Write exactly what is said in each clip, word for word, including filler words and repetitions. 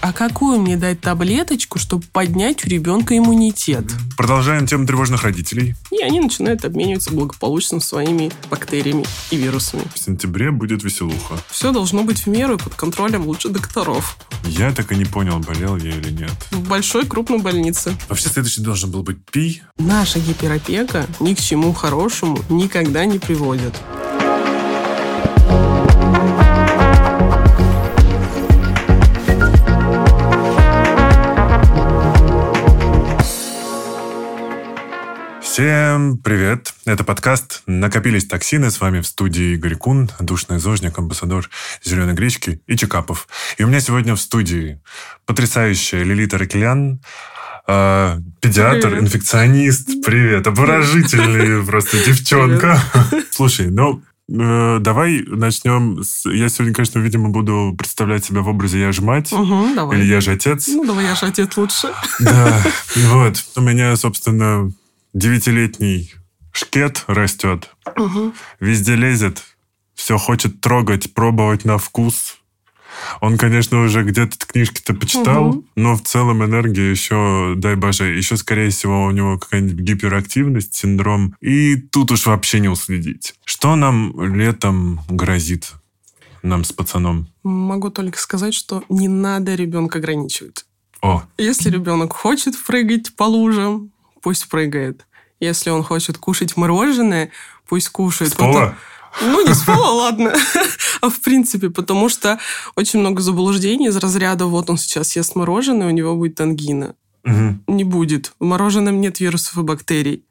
а какую мне дать таблеточку, чтобы поднять у ребенка иммунитет? Продолжаем тему тревожных родителей. И они начинают обмениваться благополучно своими бактериями и вирусами. В сентябре будет веселуха. Все должно быть в меру и под контролем лучших докторов. Я так и не понял, болел я или нет. В большой крупной больнице. Вообще следующий должен был быть пи. Наша гиперопека ни к чему хорошему никогда не приводит. Всем привет! Это подкаст «Накопились токсины». С вами в студии Игорь Кун, душный зожник, амбассадор «Зеленой гречки» и Чекапов. И у меня сегодня в студии потрясающая Лилита Ракелян, э, педиатр, привет. Инфекционист. Привет! Обворожительная просто девчонка. Слушай, ну... Давай начнем с... Я сегодня, конечно, видимо, буду представлять себя в образе «я же мать» угу, давай. Или «я же отец». Ну, давай «я же отец» лучше. Да, вот. У меня, собственно, девятилетний шкет растет. Угу. Везде лезет. Все хочет трогать, пробовать на вкус. Он, конечно, уже где-то книжки-то почитал, угу. но в целом энергия еще, дай боже, еще, скорее всего, у него какая-нибудь гиперактивность, синдром. И тут уж вообще не уследить. Что нам летом грозит, нам с пацаном? Могу только сказать, что не надо ребенка ограничивать. О. Если ребенок хочет прыгать по лужам, пусть прыгает. Если он хочет кушать мороженое, пусть кушает. С пола? Ну, не с пола, ладно. А в принципе, потому что очень много заблуждений из разряда вот он сейчас ест мороженое, у него будет ангина. Угу. Не будет. В мороженом нет вирусов и бактерий.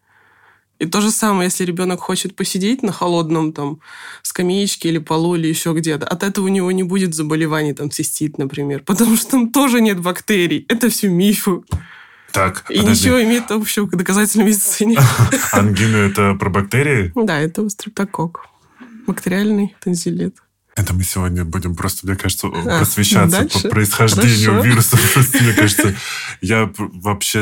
И то же самое, если ребенок хочет посидеть на холодном там скамеечке или полу, или еще где-то, от этого у него не будет заболеваний, там, цистит, например, потому что там тоже нет бактерий. Это все мифы. Так, и подожди. Ничего имеет общего к доказательной медицине. Ангина – это про бактерии? Да, это стрептококк. Бактериальный танзилит. Это мы сегодня будем просто, мне кажется, а, просвещаться дальше? по происхождению Хорошо. вирусов. Мне кажется, я вообще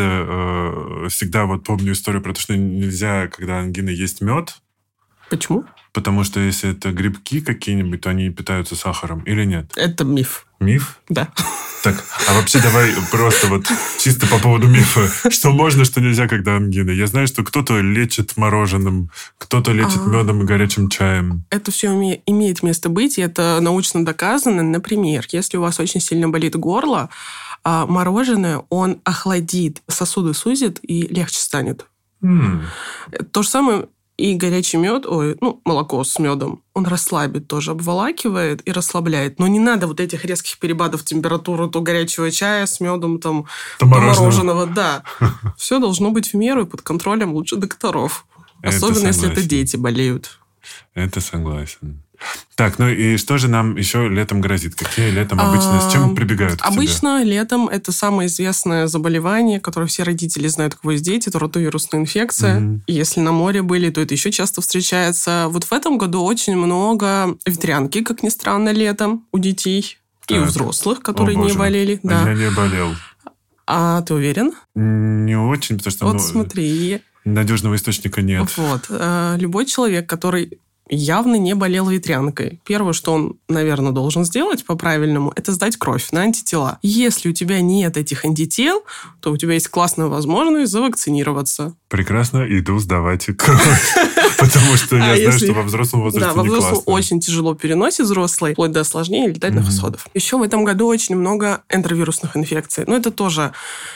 э, всегда вот помню историю про то, что нельзя, когда ангина, есть мед. Почему? Потому что если это грибки какие-нибудь, то они питаются сахаром или нет? Это миф. Миф? Да. Так, а вообще давай просто вот чисто по поводу мифа. Что можно, что нельзя, когда ангина? Я знаю, что кто-то лечит мороженым, кто-то лечит А-а-а. медом и горячим чаем. Это все уме- имеет место быть, и это научно доказано. Например, если у вас очень сильно болит горло, мороженое, он охладит, сосуды сузит и легче станет. Mm. То же самое и горячий мед, ой, ну, молоко с медом, он расслабит тоже, обволакивает и расслабляет. Но не надо вот этих резких перепадов температуры, то горячего чая с медом, там, то, то мороженого. мороженого. Да. Все должно быть в меру и под контролем лучших докторов. Особенно, если это дети болеют. Это согласен. Так, ну и что же нам еще летом грозит? Какие летом обычно, с чем прибегают к тебе? Обычно летом это самое известное заболевание, которое все родители знают, у кого есть дети, это ротовирусная инфекция. Mm-hmm. И если на море были, то это еще часто встречается. Вот в этом году очень много ветрянки, как ни странно, летом у детей так. и у взрослых, которые О, не болели. А да. я не болел. А ты уверен? Не очень, потому что вот ну, смотри. надежного источника нет. Вот. Любой человек, который явно не болел ветрянкой. Первое, что он, наверное, должен сделать по-правильному, это сдать кровь на антитела. Если у тебя нет этих антител, то у тебя есть классная возможность завакцинироваться. Прекрасно, иду сдавать кровь. Потому что я знаю, что во взрослом возрасте не классно. Да, во взрослом очень тяжело переносит взрослый, вплоть до осложнений летальных исходов. Еще в этом году очень много энтеровирусных инфекций. Но это тоже...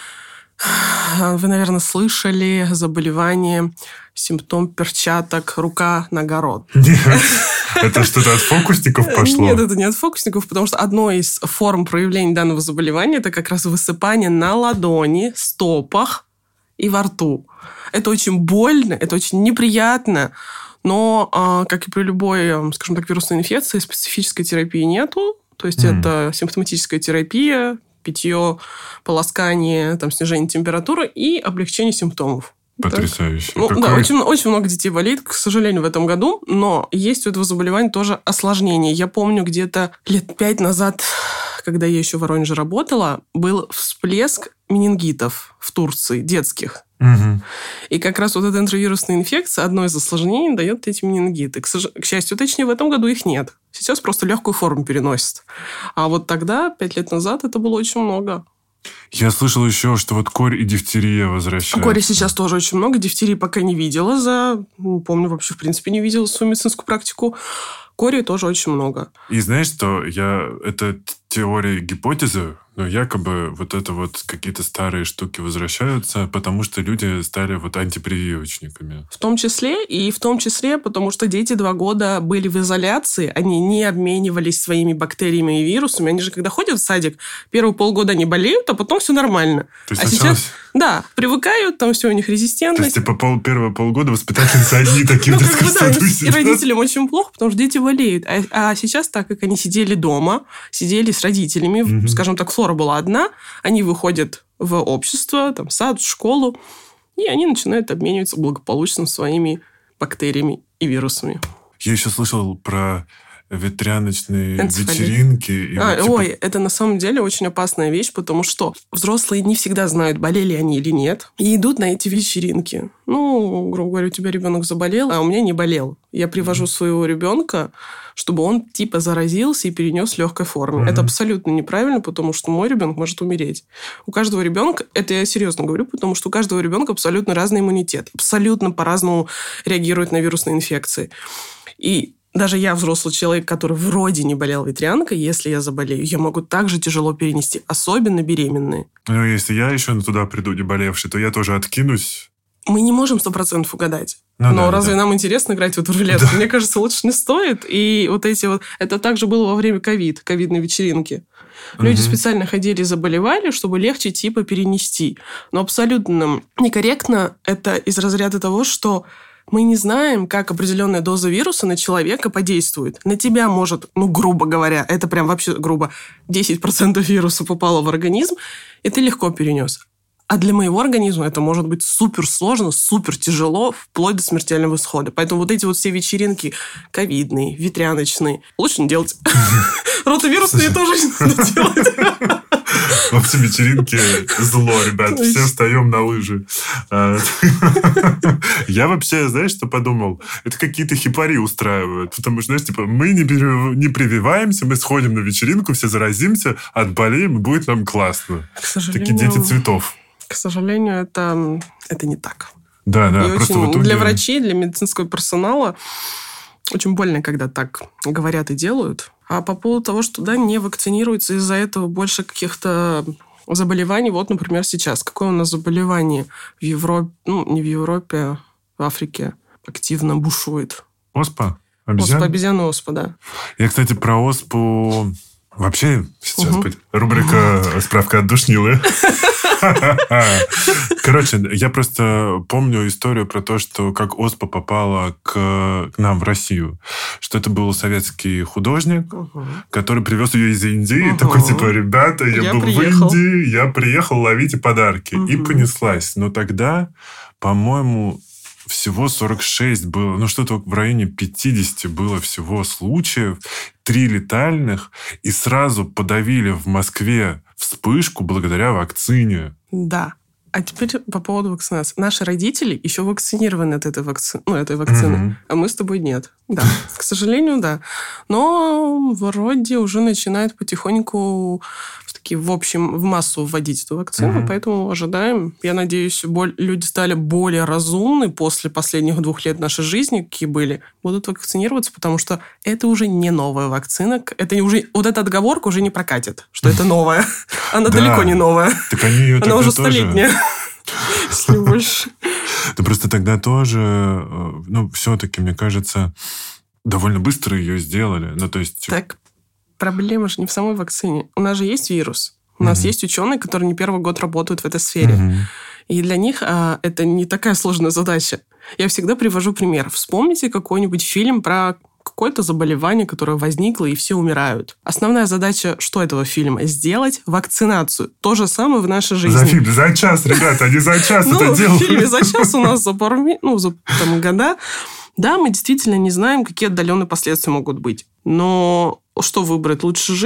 Вы, наверное, слышали заболевание, симптом перчаток, рука, нога, рот. Нет, это что-то от фокусников пошло? Нет, это не от фокусников, потому что одной из форм проявления данного заболевания это как раз высыпание на ладони, стопах и во рту. Это очень больно, это очень неприятно, но, как и при любой, скажем так, вирусной инфекции, специфической терапии нету. То есть mm. это симптоматическая терапия, питье, полоскание, там, снижение температуры и облегчение симптомов. Потрясающе. Ну, да, очень, очень много детей болеет, к сожалению, в этом году, но есть у этого заболевания тоже осложнения. Я помню, где-то лет пять назад когда я еще в Воронеже работала, был всплеск менингитов в Турции, детских. Угу. И как раз вот эта энтеровирусная инфекция, одно из осложнений дает эти менингиты. К, сож... К счастью, точнее, в этом году их нет. Сейчас просто легкую форму переносят. А вот тогда, пять лет назад, это было очень много. Я слышал еще, что вот корь и дифтерия возвращаются. Кори сейчас тоже очень много. Дифтерии пока не видела за... Не помню, вообще, в принципе, не видела свою медицинскую практику. Кори тоже очень много. И знаешь, что я... Это теория гипотезы, но якобы вот это вот какие-то старые штуки возвращаются, потому что люди стали вот антипрививочниками. В том числе, и в том числе, потому что дети два года были в изоляции, они не обменивались своими бактериями и вирусами. Они же, когда ходят в садик, первые полгода они болеют, а потом все нормально. То есть а сначала... сейчас, да, привыкают, там все у них резистентность. То есть, типа, пол, первые полгода воспитательницы одни такие в ну, как детском бы, да, саду и сидят. родителям очень плохо, потому что дети болеют. А, а сейчас, так как они сидели дома, сидели с родителями, Мгм. скажем так, флора была одна, они выходят в общество, там, в сад, в школу, и они начинают обмениваться благополучно своими бактериями и вирусами. Я еще слышал про ветряночные Энцефалит. вечеринки. И А, вот, типа, ой, это на самом деле очень опасная вещь, потому что взрослые не всегда знают, болели они или нет, и идут на эти вечеринки. Ну, грубо говоря, у тебя ребенок заболел, а у меня не болел. Я привожу своего ребенка, чтобы он типа заразился и перенес в легкой форме. Мгм. Это абсолютно неправильно, потому что мой ребенок может умереть. У каждого ребенка, это я серьезно говорю, потому что у каждого ребенка абсолютно разный иммунитет, абсолютно по-разному реагирует на вирусные инфекции. И даже я, взрослый человек, который вроде не болел ветрянкой, если я заболею, я могу также тяжело перенести, особенно беременные. Ну, если я еще туда приду не болевший, то я тоже откинусь. Мы не можем сто процентов угадать. Ну Но да, разве да. нам интересно играть в эту рулетку? Мне кажется, лучше не стоит. И вот эти вот... Это также было во время ковид, ковидной вечеринки. Люди Мгм. специально ходили и заболевали, чтобы легче типа перенести. Но абсолютно некорректно это из разряда того, что мы не знаем, как определенная доза вируса на человека подействует. На тебя может, ну, грубо говоря, это прям вообще грубо, десять процентов вируса попало в организм, и ты легко перенес. А для моего организма это может быть супер сложно, супер тяжело, вплоть до смертельного исхода. Поэтому вот эти вот все вечеринки ковидные, ветряночные, лучше не делать. Ротовирусные тоже не надо делать. В общем, вечеринки зло, ребят. Все встаем на лыжи. А, Я вообще, знаешь, что подумал? Это какие-то хипари устраивают. Потому что, знаешь, типа, мы не, пере- не прививаемся, мы сходим на вечеринку, все заразимся, отболеем, и будет нам классно. К Такие сожалению, дети цветов. к сожалению, это, это не так. Да, да. И Просто очень в итоге... для врачей, для медицинского персонала очень больно, когда так говорят и делают. А по поводу того, что да, не вакцинируются, из-за этого больше каких-то заболеваний. Вот, например, сейчас. Какое у нас заболевание в Европе, ну, не в Европе, а в Африке активно бушует? Оспа? Оспа, Обезьяна? обезьяна оспа, да. Я, кстати, про оспу... Вообще, сейчас Мгм. будет рубрика «Справка от душнилы». Короче, я просто помню историю про то, что как оспа попала к, к нам в Россию. Что это был советский художник, Угу. который привез ее из Индии. Ага. Такой, типа, ребята, я, Я был приехал. в Индии, я приехал, ловите подарки. И Мгм. понеслась. Но тогда, по-моему, всего сорок шесть было, ну что-то в районе пятьдесят было всего случаев, три летальных, и сразу подавили в Москве вспышку благодаря вакцине. Да. А теперь по поводу вакцинации. Наши родители еще вакцинированы от этой, вакци... ну, этой вакцины, Мгм. а мы с тобой нет. Да, к сожалению, да. Но вроде уже начинают потихоньку в такие, в общем, в массу вводить эту вакцину, Мгм. поэтому ожидаем. Я надеюсь, боль- люди стали более разумны после последних двух лет нашей жизни, какие были, будут вакцинироваться, потому что это уже не новая вакцина. Это уже, вот эта отговорка уже не прокатит, что это новая. Она Да. далеко не новая. Так они ее Она тогда уже тоже... столетняя. Если не больше. Да просто тогда тоже, э, ну, все-таки, мне кажется, довольно быстро ее сделали. Ну, то есть... Так, проблема же не в самой вакцине. У нас же есть вирус. У нас Мгм. есть ученые, которые не первый год работают в этой сфере. Мгм. И для них а, это не такая сложная задача. Я всегда привожу пример. Вспомните какой-нибудь фильм про какое-то заболевание, которое возникло, и все умирают. Основная задача, что этого фильма? Сделать вакцинацию. То же самое в нашей жизни. За фильм, за час, ребята, они за час Ну, это в делают. фильме за час у нас за пару ми- ну, за там, года. Да, мы действительно не знаем, какие отдаленные последствия могут быть. Но что выбрать? Лучше жить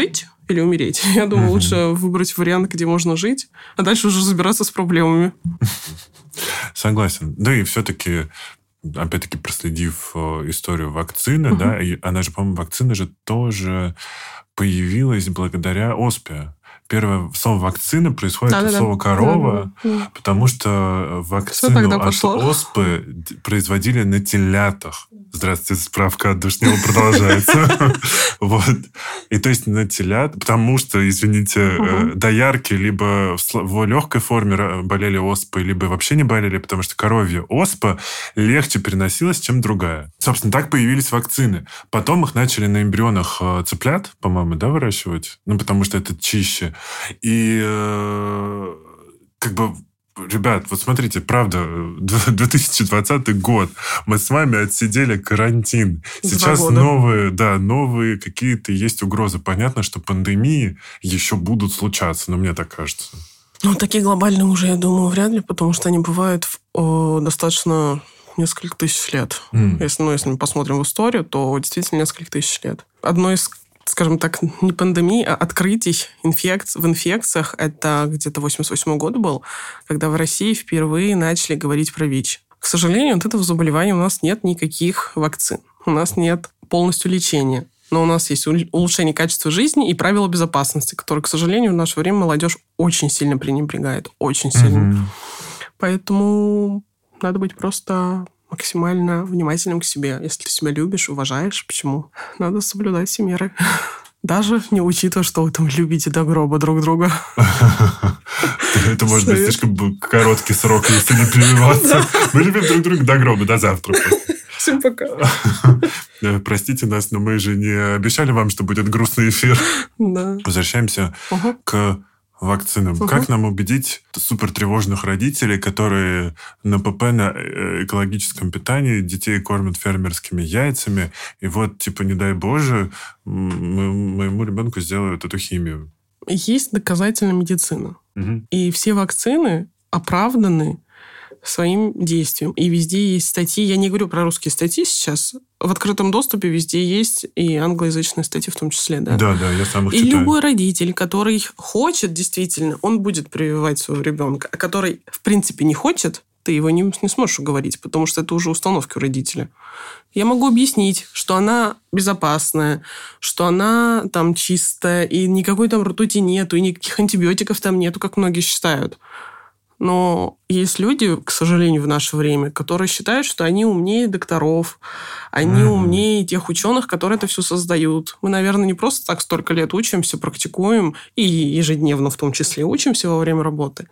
или умереть. Я думаю, угу. лучше выбрать вариант, где можно жить, а дальше уже разбираться с проблемами. Согласен. Да и все-таки, опять-таки, проследив историю вакцины, угу. да, и она же, по-моему, вакцина же тоже появилась благодаря оспе. Первое слово «вакцина» происходит да, от да, слова «корова», да, да. потому что вакцину от оспы производили на телятах. Здравствуйте, справка от Душнила продолжается. Вот. И то есть на телят, потому что, извините, доярки либо в легкой форме болели оспой, либо вообще не болели, потому что коровья оспа легче переносилась, чем другая. Собственно, так появились вакцины. Потом их начали на эмбрионах цыплят, по-моему, да, выращивать? Ну, потому что это чище. И э, как бы, ребят, вот смотрите, правда, две тысячи двадцатый год, мы с вами отсидели карантин. Сейчас новые, да, новые какие-то есть угрозы. Понятно, что пандемии еще будут случаться, но мне так кажется. Ну, такие глобальные уже, я думаю, вряд ли, потому что они бывают о, достаточно несколько тысяч лет. Mm. Если, ну, если мы посмотрим в историю, то действительно несколько тысяч лет. Одно из, скажем так, не пандемии, а открытий инфекций, в инфекциях, это где-то восемьдесят восьмой год был, когда в России впервые начали говорить про ВИЧ. К сожалению, от этого заболевания у нас нет никаких вакцин. У нас нет полностью лечения. Но у нас есть улучшение качества жизни и правила безопасности, которые, к сожалению, в наше время молодежь очень сильно пренебрегает. Очень сильно. Mm-hmm. Поэтому надо быть просто максимально внимательным к себе. Если ты себя любишь, уважаешь, почему? Надо соблюдать все меры. Даже не учитывая, что вы там любите до гроба друг друга. Это может быть слишком короткий срок, если не прививаться. Мы любим друг друга до гроба, до завтра. Всем пока. Простите нас, но мы же не обещали вам, что будет грустный эфир. Да. Возвращаемся угу. к вакцинам. Угу. Как нам убедить супертревожных родителей, которые на ПП, на экологическом питании детей кормят фермерскими яйцами, и вот, типа, не дай Боже, моему ребенку сделают эту химию? Есть доказательная медицина. Угу. И все вакцины оправданы своим действием. И везде есть статьи. Я не говорю про русские статьи сейчас. В открытом доступе везде есть и англоязычные статьи в том числе. Да, да, да, я сам их и читаю. И любой родитель, который хочет действительно, он будет прививать своего ребенка, а который, в принципе, не хочет, ты его не, не сможешь уговорить, потому что это уже установки у родителя. Я могу объяснить, что она безопасная, что она там чистая, и никакой там ртути нету, и никаких антибиотиков там нету, как многие считают. Но есть люди, к сожалению, в наше время, которые считают, что они умнее докторов, они mm-hmm. умнее тех ученых, которые это все создают. Мы, наверное, не просто так столько лет учимся, практикуем, и ежедневно в том числе учимся во время работы.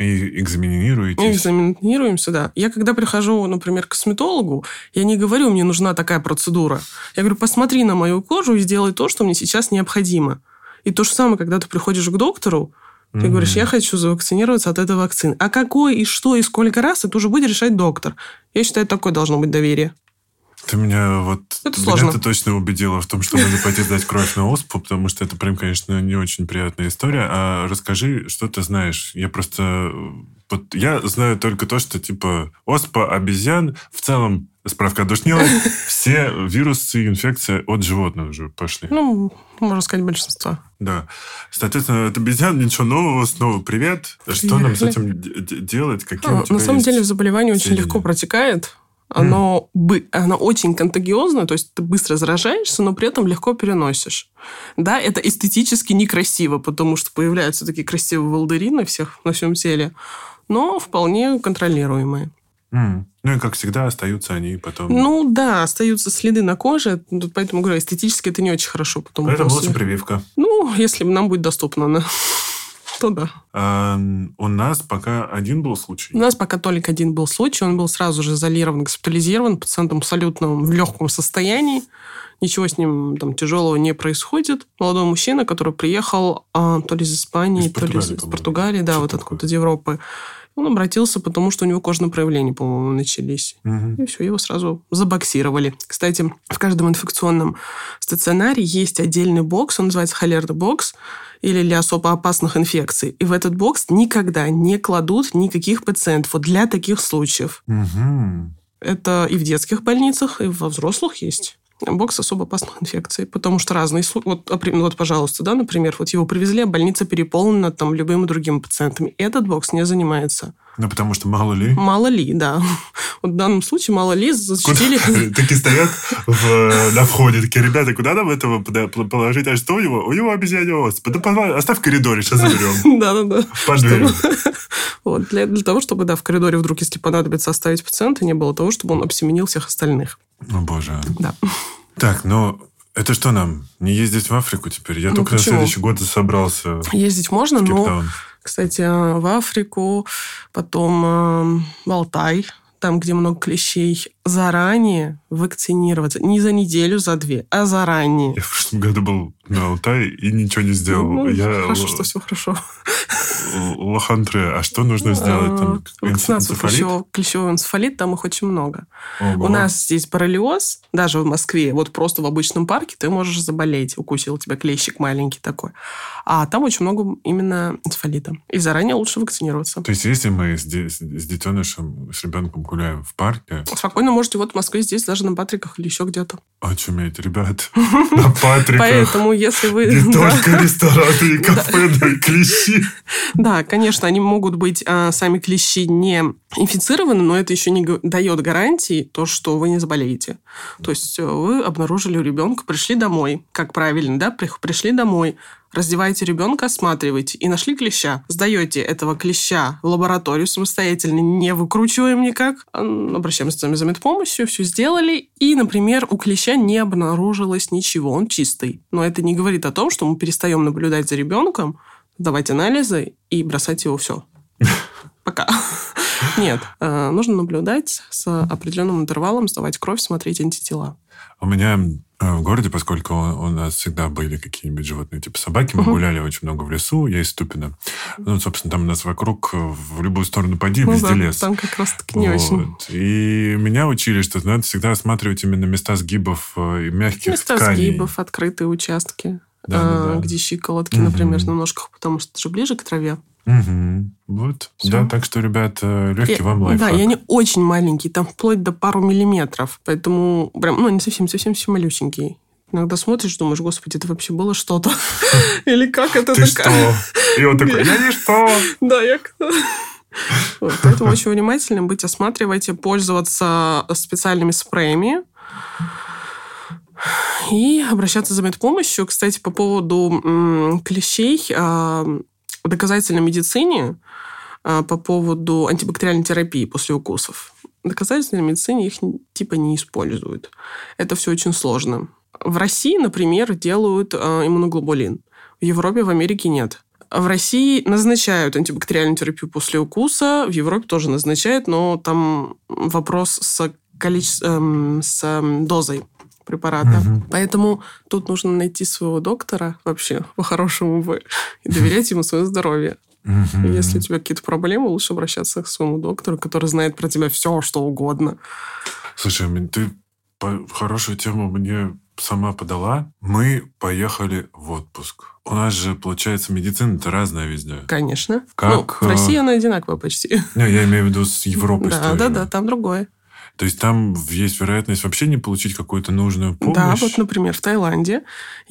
И экзаменируетесь. И экзаменируемся, да. Я когда прихожу, например, к косметологу, я не говорю, мне нужна такая процедура. Я говорю, посмотри на мою кожу и сделай то, что мне сейчас необходимо. И то же самое, когда ты приходишь к доктору, ты mm-hmm. говоришь, я хочу завакцинироваться от этой вакцины. А какой, и что, и сколько раз, это уже будет решать доктор. Я считаю, такое должно быть доверие. Ты меня вот... Это сложно. Меня ты точно убедила в том, что надо пойти сдать кровь на оспу, потому что это прям, конечно, не очень приятная история. А расскажи, что ты знаешь. Я просто... Вот я знаю только то, что, типа, оспа, обезьян, в целом, справка от Душнила, все вирусы и инфекции от животных уже пошли. Ну, можно сказать, большинство. Да. Соответственно, от обезьян ничего нового. Снова привет. Что Привет. нам с этим делать? Какие а, на самом деле, заболевание очень легко протекает. Оно, mm. оно очень контагиозно, то есть ты быстро заражаешься, но при этом легко переносишь. Да, это эстетически некрасиво, потому что появляются такие красивые волдырины всех на всем теле, но вполне контролируемые. Mm. Ну и, как всегда, остаются они потом... Ну да, остаются следы на коже, поэтому, говорю, эстетически это не очень хорошо. Потом это после... лучше прививка. Ну, если нам будет доступна она... то да. А, у нас пока один был случай? У нас пока только один был случай. Он был сразу же изолирован, госпитализирован. Пациент абсолютно в легком состоянии. Ничего с ним там тяжелого не происходит. Молодой мужчина, который приехал а, то ли из Испании, из то ли из, из Португалии, да, вот откуда-то из Европы. Он обратился, потому что у него кожные проявления, по-моему, начались. Угу. И все, его сразу забоксировали. Кстати, в каждом инфекционном стационаре есть отдельный бокс, он называется холерный бокс, или для особо опасных инфекций. И в этот бокс никогда не кладут никаких пациентов вот для таких случаев. Угу. Это и в детских больницах, и во взрослых есть. Бокс особо опасных инфекций, потому что разные случаи. Вот, вот, пожалуйста, да, например, вот его привезли, а больница переполнена там любыми другими пациентами. Этот бокс не занимается. Ну, потому что мало ли. Мало ли, да. Вот в данном случае мало ли защитили. Такие стоят в, на входе, такие, ребята, куда нам этого положить? А что у него? У него обезьяний оспа. Да оставь в коридоре, сейчас заберем. Да-да-да. Под дверью. Вот, для, для того, чтобы, да, в коридоре вдруг, если понадобится оставить пациента, не было того, чтобы он обсеменил всех остальных. О, боже. Да. Так, ну, это что нам? Не ездить в Африку теперь? Я ну, только почему? на следующий год собрался. Ездить можно, но, кстати, в Африку, потом в Алтай, там, где много клещей, заранее вакцинироваться. Не за неделю, за две, а заранее. Я в прошлом году был на Алтае и ничего не сделал. Ну, я хорошо, л... что все хорошо. Лохантре. А что нужно сделать? Там вакцинацию клещевого, клещевого энцефалита, там их очень много. Ого. У нас здесь боррелиоз, даже в Москве, вот просто в обычном парке ты можешь заболеть. Укусил тебя клещик маленький такой. А там очень много именно энцефалита. И заранее лучше вакцинироваться. То есть, если мы с, де- с детенышем, с ребенком гуляем в парке... Спокойно можете вот в Москве здесь, даже на Патриках или еще где-то. Очуметь, ребят. На Патриках. Поэтому, если вы... Не только рестораны и кафе, но и клещи. Да, конечно, они могут быть, сами клещи, не инфицированы, но это еще не дает гарантии, то, что вы не заболеете. То есть вы обнаружили у ребенка, пришли домой, как правильно, да, пришли домой, раздеваете ребенка, осматриваете и нашли клеща. Сдаете этого клеща в лабораторию самостоятельно, не выкручиваем никак. Обращаемся за медпомощью, все сделали. И, например, у клеща не обнаружилось ничего, он чистый. Но это не говорит о том, что мы перестаем наблюдать за ребенком, сдавать анализы и бросать его все. Пока. Нет. Нужно наблюдать с определенным интервалом, сдавать кровь, смотреть антитела. У меня в городе, поскольку у нас всегда были какие-нибудь животные, типа собаки, мы uh-huh. гуляли очень много в лесу, я из Ступино. Ну, собственно, там у нас вокруг в любую сторону поди, ну, везде да, лес. Там как раз-таки не вот. очень. И меня учили, что надо всегда осматривать именно места сгибов и мягких места тканей. Места сгибов, открытые участки, да, а, да, да. где щиколотки, uh-huh. например, на ножках, потому что это же ближе к траве. Угу. Вот. Все. Да, так что, ребят, легкий я, вам лайфхак. Да, и они очень маленькие, там вплоть до пару миллиметров. Поэтому прям, ну, не совсем, совсем все малюсенькие. Иногда смотришь, думаешь, господи, это вообще было что-то? Или как это такое? Ты что? И он такой, я не что? Да, я кто? Поэтому очень внимательным быть, осматривайте, пользоваться специальными спреями и обращаться за медпомощью. Кстати, по поводу клещей... В доказательной медицине а, по поводу антибактериальной терапии после укусов. В доказательной медицине их типа не используют. Это все очень сложно. В России, например, делают а, иммуноглобулин. В Европе, в Америке нет. В России назначают антибактериальную терапию после укуса. В Европе тоже назначают, но там вопрос с, количеством, с дозой препарата. Угу. Поэтому тут нужно найти своего доктора вообще, по-хорошему бы, и доверять ему свое здоровье. Угу. И если у тебя какие-то проблемы, лучше обращаться к своему доктору, который знает про тебя все, что угодно. Слушай, ты хорошую тему мне сама подала. Мы поехали в отпуск. У нас же, получается, медицина-то разная везде. Конечно. Как... Ну, в России она одинаковая почти. Не, я имею в виду с Европой. Да, да, да, там другое. То есть там есть вероятность вообще не получить какую-то нужную помощь? Да, вот, например, в Таиланде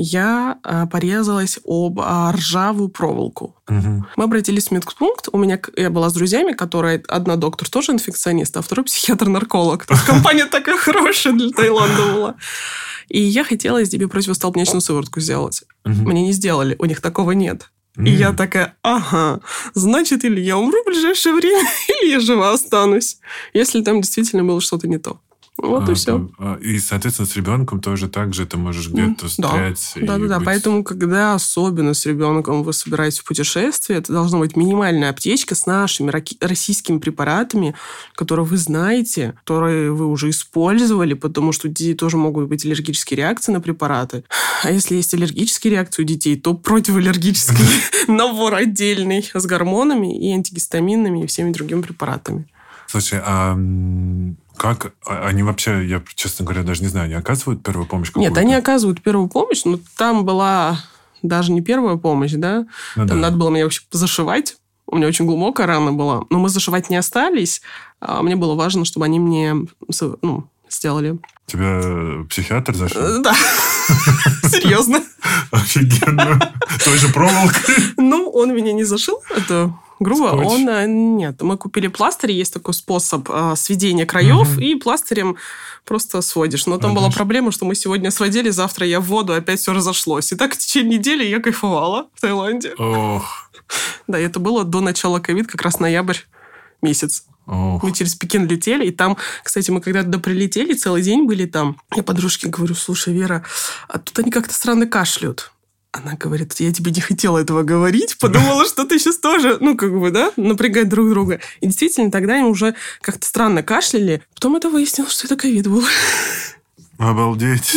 я а, порезалась об а, ржавую проволоку. Угу. Мы обратились в медпункт. У меня, я была с друзьями, которые... Одна доктор тоже инфекционист, а второй психиатр-нарколог. То есть компания такая хорошая для Таиланда была. И я хотела из тебе противостолбнячную сыворотку сделать. Угу. Мне не сделали, у них такого нет. И mm. я такая, ага, значит, или я умру в ближайшее время, или я жива останусь, если там действительно было что-то не то. Вот а, и все. И, соответственно, с ребенком тоже так же ты можешь где-то mm, встрять. Да, да, да. Быть... Поэтому, когда особенно с ребенком вы собираетесь в путешествие, это должна быть минимальная аптечка с нашими российскими препаратами, которые вы знаете, которые вы уже использовали, потому что у детей тоже могут быть аллергические реакции на препараты. А если есть аллергические реакции у детей, то противоаллергический набор отдельный с гормонами и антигистаминными и всеми другими препаратами. Слушай, а как они вообще, я, честно говоря, даже не знаю, они оказывают первую помощь какую-то? Нет, они оказывают первую помощь, но там была даже не первая помощь, да? Ну, там да. Надо было меня вообще зашивать. У меня очень глубокая рана была. Но мы зашивать не остались. А мне было важно, чтобы они мне ну, сделали Тебя психиатр зашел? Да. Серьезно. Офигенно. Той же проволокой? Ну, он меня не зашил, это грубо. Скотч? Он, нет, мы купили пластырь, есть такой способ а, сведения краев, Угу. и пластырем просто сводишь. Но там А, была дальше? проблема, что мы сегодня сводили, завтра я в воду, опять все разошлось. И так в течение недели я кайфовала в Таиланде. Ох. Да, и это было до начала ковид, как раз ноябрь месяц. Ох. Мы через Пекин летели, и там, кстати, мы когда-то прилетели, целый день были там. Я подружке говорю, слушай, Вера, а тут они как-то странно кашляют. Она говорит, я тебе не хотела этого говорить, подумала, что ты сейчас тоже, ну, как бы, да, напрягать друг друга. И действительно, тогда им уже как-то странно кашляли. Потом это выяснилось, что это ковид был. Обалдеть.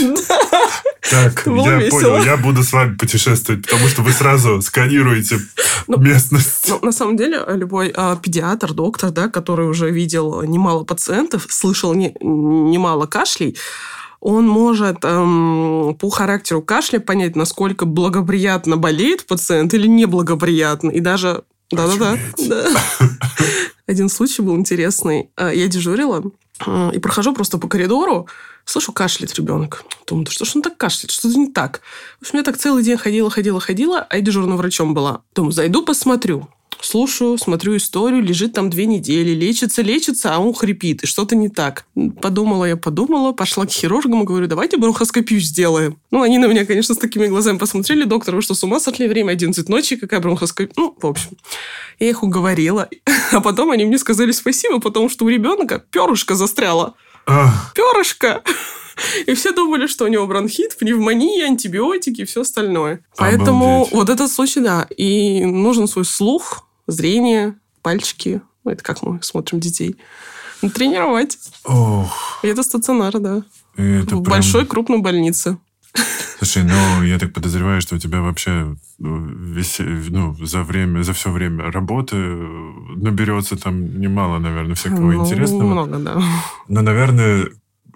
Так, Это было я весело. понял, я буду с вами путешествовать, потому что вы сразу сканируете Ну, местность. Ну, на самом деле, любой а, педиатр, доктор, да, который уже видел немало пациентов, слышал не- немало кашлей, он может эм, по характеру кашля понять, насколько благоприятно болеет пациент или неблагоприятно. И даже... Да-да-да. Очуметь. Да. Один случай был интересный. А, Я дежурила э, и прохожу просто по коридору, слышу, кашляет ребенок. Думаю, да что ж он так кашляет? Что-то не так. В общем, я так целый день ходила, ходила, ходила, а я дежурным врачом была. Думаю, зайду, посмотрю. Слушаю, смотрю историю, лежит там две недели, лечится, лечится, а он хрипит, и что-то не так. Подумала я, подумала, пошла к хирургам и говорю, давайте бронхоскопию сделаем. Ну, они на меня, конечно, с такими глазами посмотрели, доктор, вы что, с ума сошли? Время одиннадцать ночи, какая бронхоскопия? Ну, в общем, я их уговорила. А потом они мне сказали спасибо, потому что у ребенка перышко застряло. Ах, Перышко! И все думали, что у него бронхит, пневмония, антибиотики и все остальное. Поэтому Обалдеть. вот этот случай, да. И нужен свой слух, зрение, пальчики. Ну, это как мы смотрим детей. Тренировать. ох. И это стационар, да. И это В прям- большой крупной больнице. Слушай, ну, я так подозреваю, что у тебя вообще ну, весь, ну, за время, за все время работы наберется там немало, наверное, всякого Ну, интересного. много, да. Но, наверное,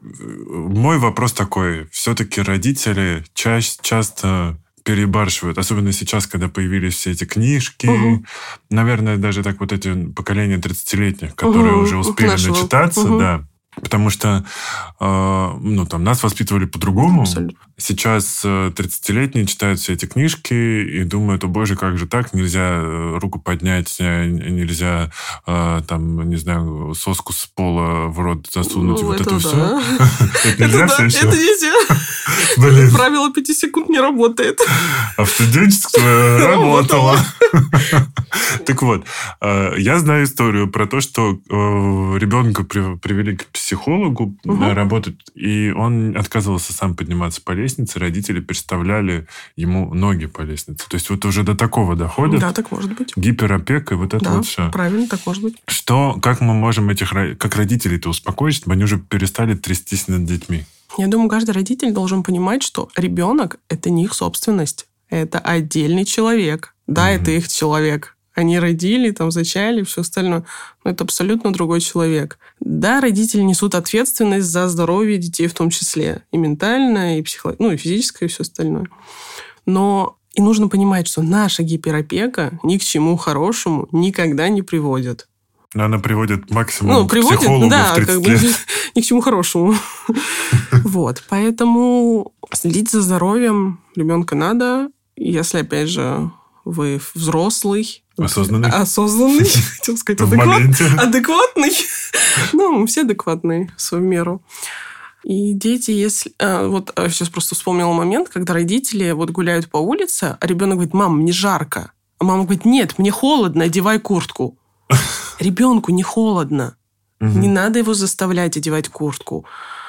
мой вопрос такой. Все-таки родители ча- часто перебарщивают. Особенно сейчас, когда появились все эти книжки. Мгм. Наверное, даже так вот эти поколения тридцатилетних, которые Мгм. уже успели Нашего. начитаться. Мгм. Да. Потому что э, ну, там, нас воспитывали по-другому. Абсолютно. Сейчас э, тридцатилетние читают все эти книжки и думают, о боже, как же так? Нельзя э, руку поднять, э, нельзя, э, там, не знаю, соску с пола в рот засунуть. Ну, Вот это это да. все. Это Это нельзя да, все еще? это нельзя. Блин, Правило пяти секунд не работает. а в студенчестве работало. Так вот, э, я знаю историю про то, что э, ребенка при- привели к психологу Мгм. э, работать, и он отказывался сам подниматься по лестнице, родители переставляли ему ноги по лестнице. То есть вот уже до такого доходит. Да, так может быть. Гиперопека и вот это Да, вот все. правильно, так может быть. Что, как мы можем этих, ро- как родителей-то успокоить, чтобы они уже перестали трястись над детьми? Я думаю, каждый родитель должен понимать, что ребенок – это не их собственность. Это отдельный человек. Да, Мгм. это их человек. Они родили, там, зачали, все остальное. Но это абсолютно другой человек. Да, родители несут ответственность за здоровье детей в том числе. И ментальное, и психо... ну, и физическое, и все остальное. Но и нужно понимать, что наша гиперопека ни к чему хорошему никогда не приводит. Она приводит максимум Ну, к приводит, психологу да, в тридцать как бы лет. ни к чему хорошему. Вот, поэтому следить за здоровьем ребенка надо. Если, опять же, вы взрослый, Осознанный. осознанный, хотел сказать, В адекват- моменте. адекватный. Ну, мы все адекватные в свою меру. И дети, если... а, вот а, сейчас просто вспомнила момент, когда родители вот гуляют по улице, а ребенок говорит, мам, мне жарко. А мама говорит, нет, мне холодно, одевай куртку. Ребенку не холодно. Мгм. Не надо его заставлять одевать куртку.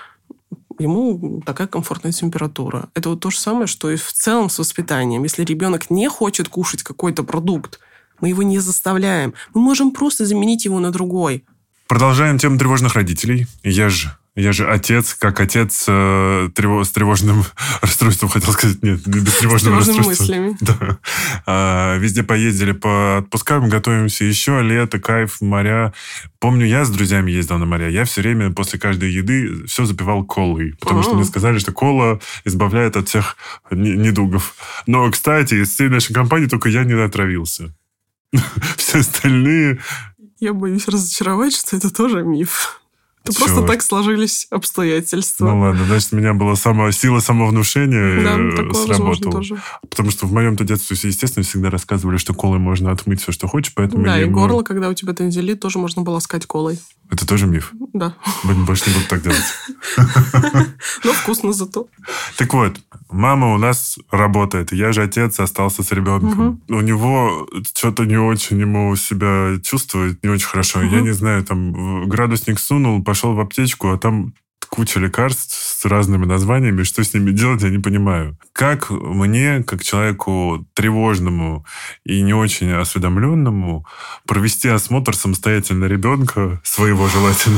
Ему такая комфортная температура. Это вот то же самое, что и в целом с воспитанием. Если ребенок не хочет кушать какой-то продукт, мы его не заставляем. Мы можем просто заменить его на другой. Продолжаем тему тревожных родителей. Я же, я же отец, как отец э, трево- с тревожным расстройством, хотел сказать, нет, не без тревожного С тревожными расстройства. мыслями. Да. А, везде поездили по отпускам, готовимся еще, лето, кайф, моря. Помню, я с друзьями ездил на моря. Я все время после каждой еды все запивал колой, потому что М. мне сказали, что кола избавляет от всех не- недугов. Но, кстати, из всей нашей компании только я не отравился. Все остальные... Я боюсь разочаровать, что это тоже миф. Это просто так сложились обстоятельства. Ну ладно, значит, у меня была сама сила самовнушения да, такое сработала. Тоже. Потому что в моем-то детстве, естественно, всегда рассказывали, что колой можно отмыть все, что хочешь, поэтому... Да, я и ему... горло, когда у тебя танзелит, тоже можно было ласкать колой. Это тоже миф? Да. Больше не буду так делать. Но вкусно зато. Так вот, мама у нас работает. Я же отец, остался с ребенком. Угу. У него что-то не очень ему себя чувствует, не очень хорошо. Угу. Я не знаю, там градусник сунул, пошел в аптечку, а там куча лекарств с разными названиями. Что с ними делать, я не понимаю. Как мне, как человеку тревожному и не очень осведомленному, провести осмотр самостоятельно ребенка, своего желательно,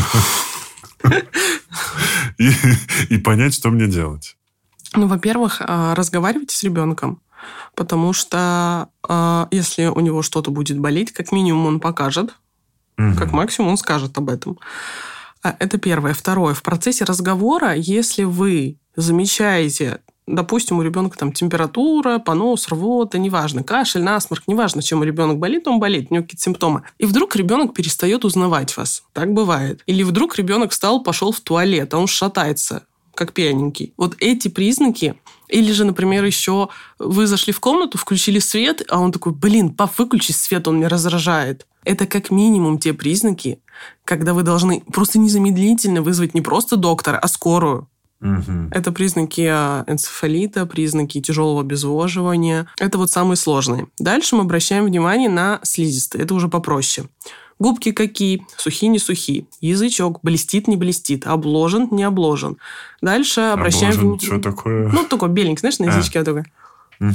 и понять, что мне делать? Ну, во-первых, разговаривайте с ребенком, потому что если у него что-то будет болеть, как минимум он покажет, как максимум он скажет об этом. Это первое. Второе. В процессе разговора, если вы замечаете, допустим, у ребенка там температура, понос, рвота, неважно, кашель, насморк, неважно, чем ребенок болит, он болеет, у него какие-то симптомы. И вдруг ребенок перестает узнавать вас. Так бывает. Или вдруг ребенок встал, пошел в туалет, а он шатается, как пьяненький. Вот эти признаки. Или же, например, еще вы зашли в комнату, включили свет, а он такой, блин, пап, выключи свет, он меня раздражает. Это как минимум те признаки, когда вы должны просто незамедлительно вызвать не просто доктора, а скорую. Угу. Это признаки энцефалита, признаки тяжелого обезвоживания. Это вот самые сложные. Дальше мы обращаем внимание на слизистые. Это уже попроще. Губки какие? Сухие, не сухие. Язычок блестит, не блестит. Обложен, не обложен. Дальше обращаем внимание... Обложен, что такое? Ну, такой беленький, знаешь, на язычке. А. Такой. Угу.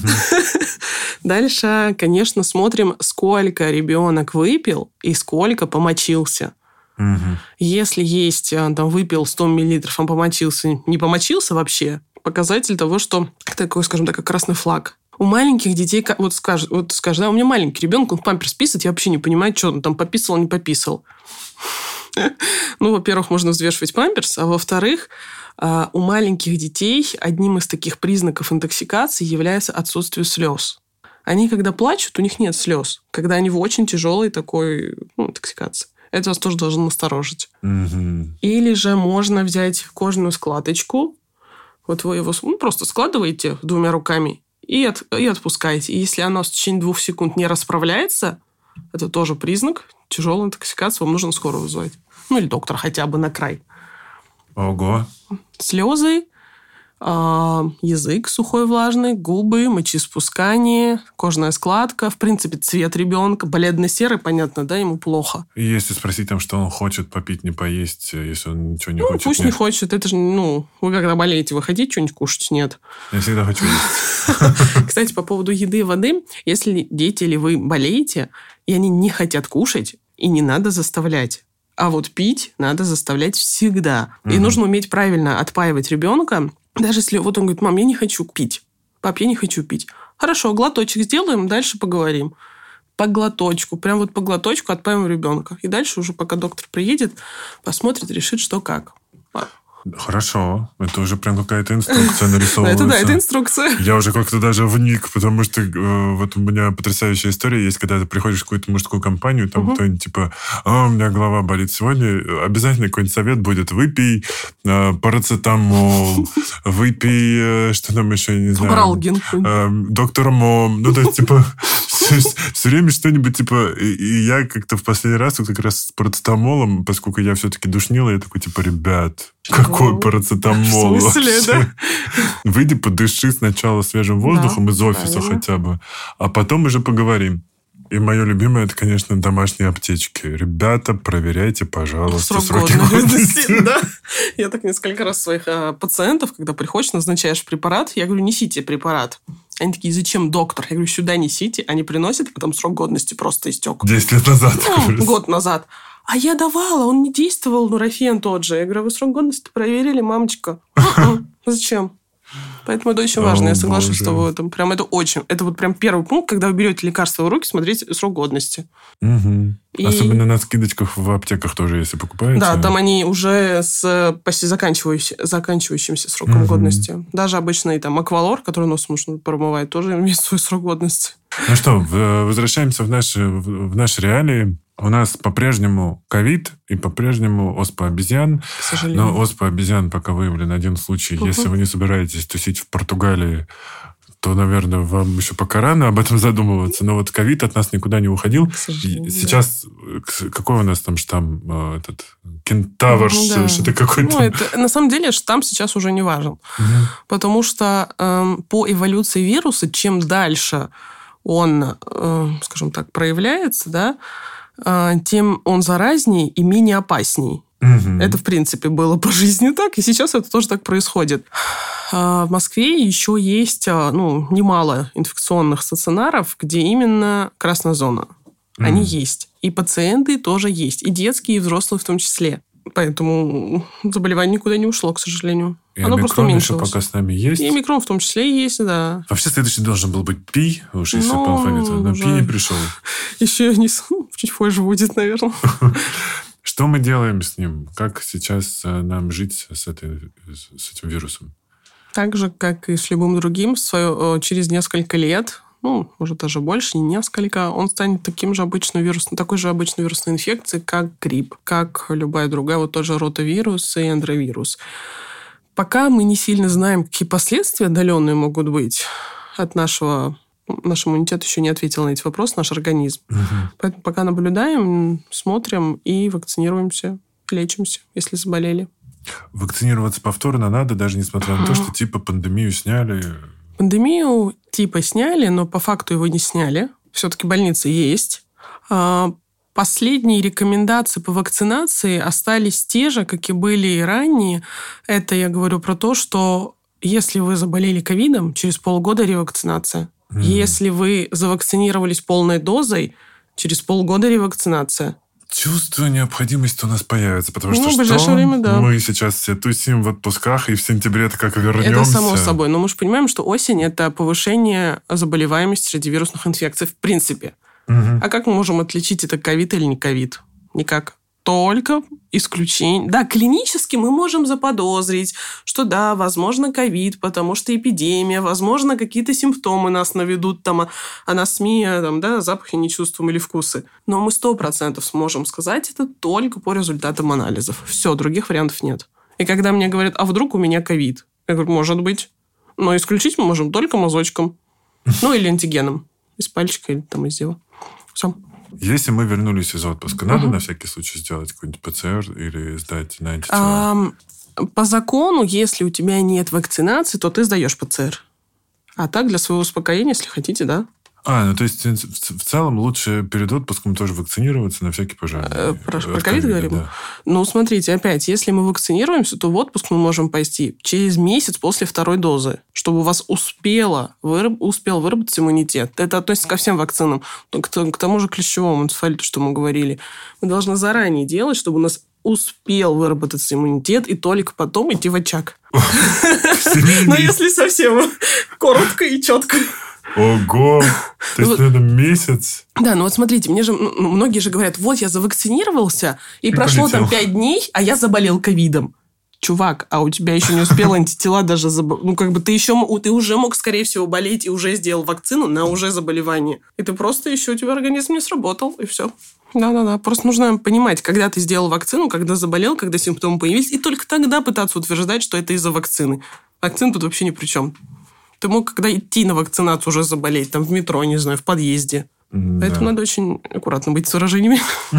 Дальше, конечно, смотрим, сколько ребенок выпил и сколько помочился. Угу. Если есть, там, выпил сто миллилитров, он помочился, не помочился вообще, показатель того, что такой, скажем так, как красный флаг. У маленьких детей, вот скажешь, вот скажешь, да, у меня маленький ребенок, он в памперс писает, я вообще не понимаю, что он там пописал, не пописал. Ну, во-первых, можно взвешивать памперс, а во-вторых, у маленьких детей одним из таких признаков интоксикации является отсутствие слез. Они, когда плачут, у них нет слез. Когда они в очень тяжелой такой ну, интоксикации. Это вас тоже должно насторожить. Mm-hmm. Или же можно взять кожаную складочку, вот вы его ну, просто складываете двумя руками и, от, и отпускаете. И если оно в течение двух секунд не расправляется, это тоже признак тяжелой интоксикации, вам нужно скорую вызывать. Ну, или доктора хотя бы на край. Ого. Слезы, э, язык сухой, влажный, губы, мочеиспускание, кожная складка, в принципе, цвет ребенка, бледно-серый, понятно, да, ему плохо. И если спросить, там, что он хочет попить, не поесть, если он ничего не ну, хочет? Ну, пусть нет? не хочет. Это же, ну, вы когда болеете, вы хотите что-нибудь кушать? Нет. Я всегда хочу есть. Кстати, по поводу еды и воды, если дети или вы болеете, и они не хотят кушать, и не надо заставлять. А вот пить надо заставлять всегда. И угу. нужно уметь правильно отпаивать ребенка. Даже если вот он говорит, мам, я не хочу пить. Пап, я не хочу пить. Хорошо, глоточек сделаем, дальше поговорим. По глоточку, прям вот по глоточку отпаиваем ребенка. И дальше уже, пока доктор приедет, посмотрит, решит, что как. Хорошо. Это уже прям какая-то инструкция нарисовывается. Это да, это инструкция. Я уже как-то даже вник, потому что э, вот у меня потрясающая история есть, когда ты приходишь в какую-то мужскую компанию, там uh-huh. кто-нибудь типа, а, у меня голова болит сегодня, обязательно какой-нибудь совет будет, выпей э, парацетамол, выпей, э, что там еще, я не знаю. Бралгин. Э, доктор Мом. Ну, то есть, типа, все время что-нибудь, типа, и я как-то в последний раз как раз с парацетамолом, поскольку я все-таки душнила, я такой, типа, ребят, какой парацетамол? В смысле, да? Выйди, подыши сначала свежим воздухом да, из офиса правильно. Хотя бы, а потом уже поговорим. И мое любимое, это, конечно, домашние аптечки. Ребята, проверяйте, пожалуйста, Срок сроки годности. Да. Я так несколько раз своих а, пациентов, когда приходишь, назначаешь препарат, я говорю, несите препарат. Они такие, зачем, доктор? Я говорю, сюда несите. Они приносят, а потом срок годности просто истек. Десять лет назад. Ну, год назад. А я давала, он не действовал, нурофен тот же. Я говорю, вы срок годности проверили, мамочка? Зачем? Поэтому это очень важно. Я соглашусь с тобой. Это прям это очень. Это вот прям первый пункт, когда вы берете лекарство в руки, смотрите срок годности. Угу. И... Особенно на скидочках в аптеках тоже, если покупаете. Да, там они уже с почти заканчивающимся, заканчивающимся сроком угу. годности. Даже обычный там аквалор, который нос нужно промывать, тоже имеет свой срок годности. Ну что, возвращаемся в наши, в наши реалии. У нас по-прежнему ковид и по-прежнему оспа обезьян. К сожалению. Но оспа обезьян пока выявлен один случай. Угу. Если вы не собираетесь тусить в Португалии, то, наверное, вам еще пока рано об этом задумываться. Но вот ковид от нас никуда не уходил. Сейчас какой у нас там штамм? Этот кентавр, да. Что-то какой-то... Ну, это, на самом деле штамм сейчас уже не важен. Угу. Потому что э, по эволюции вируса, чем дальше он, э, скажем так, проявляется, да, э, тем он заразней и менее опасней. Угу. Это, в принципе, было по жизни так, и сейчас это тоже так происходит. В Москве еще есть, ну, немало инфекционных стационаров, где именно красная зона. Mm. Они есть. И пациенты тоже есть. И детские, и взрослые в том числе. Поэтому заболевание никуда не ушло, к сожалению. И оно просто уменьшилось. Еще пока с нами есть. И омикрон в том числе есть, да. Вообще следующий должен был быть Пи, уж если по алфавиту. Но Пи не пришел. Еще не... чуть позже будет, наверное. Что мы делаем с ним? Как сейчас нам жить с, этой, с этим вирусом? Так же, как и с любым другим, свое, через несколько лет, ну, может, даже больше, не несколько, он станет таким же обычным вирусом, такой же обычной вирусной инфекцией, как грипп, как любая другая, вот тот же ротавирус и эндровирус. Пока мы не сильно знаем, какие последствия отдаленные могут быть от нашего... Наш иммунитет еще не ответил на эти вопросы, наш организм. Угу. Поэтому пока наблюдаем, смотрим и вакцинируемся, лечимся, если заболели. Вакцинироваться повторно надо, даже несмотря на то, что типа пандемию сняли. Пандемию типа сняли, но по факту его не сняли. Все-таки больницы есть. Последние рекомендации по вакцинации остались те же, как и были и ранее. Это я говорю про то, что если вы заболели ковидом, через полгода ревакцинация. Mm. Если вы завакцинировались полной дозой, через полгода ревакцинация. Чувство необходимости у нас появится, потому ну, что в ближайшее что? время, да. Мы сейчас все тусим в отпусках, и в сентябре-то как вернемся. Это само собой. Но мы же понимаем, что осень – это повышение заболеваемости среди вирусных инфекций в принципе. Угу. А как мы можем отличить, это ковид или не ковид? Никак. Только исключение. Да, клинически мы можем заподозрить, что да, возможно, ковид, потому что эпидемия, возможно, какие-то симптомы нас наведут, там, анасмия, там, да, запахи не чувствуем или вкусы. Но мы сто процентов сможем сказать это только по результатам анализов. Все, других вариантов нет. И когда мне говорят, а вдруг у меня ковид? Я говорю, может быть. Но исключить мы можем только мазочком. Ну, или антигеном. Из пальчика или там из дела. Все. Если мы вернулись из отпуска, надо uh-huh. на всякий случай сделать какой-нибудь ПЦР или сдать на антитела? Um, по закону, если у тебя нет вакцинации, то ты сдаешь ПЦР. А так, для своего успокоения, если хотите, да. А, ну то есть в целом лучше перед отпуском тоже вакцинироваться на всякий пожарный. Про, про ковид говорим? Да. Ну, смотрите, опять, если мы вакцинируемся, то в отпуск мы можем пойти через месяц после второй дозы, чтобы у вас успело, выраб, успел выработать иммунитет. Это относится ко всем вакцинам. К, к тому же клещевому энцефалиту, что мы говорили. Мы должны заранее делать, чтобы у нас успел выработаться иммунитет, и только потом идти в очаг. Но если совсем коротко и четко. Ого! То есть, наверное, месяц? Да, ну вот смотрите, мне же ну, многие же говорят, вот я завакцинировался, и, и прошло полетел. Там пять дней, а я заболел ковидом. Чувак, а у тебя еще не успел антитела даже... Заб... Ну, как бы ты еще ты уже мог, скорее всего, болеть и уже сделал вакцину на уже заболевание. И ты просто еще, у тебя организм не сработал, и все. Да-да-да, просто нужно понимать, когда ты сделал вакцину, когда заболел, когда симптомы появились, и только тогда пытаться утверждать, что это из-за вакцины. Вакцина тут вообще ни при чем. Ты мог, когда идти на вакцинацию, уже заболеть, там, в метро, не знаю, в подъезде. Да. Поэтому надо очень аккуратно быть с выражениями.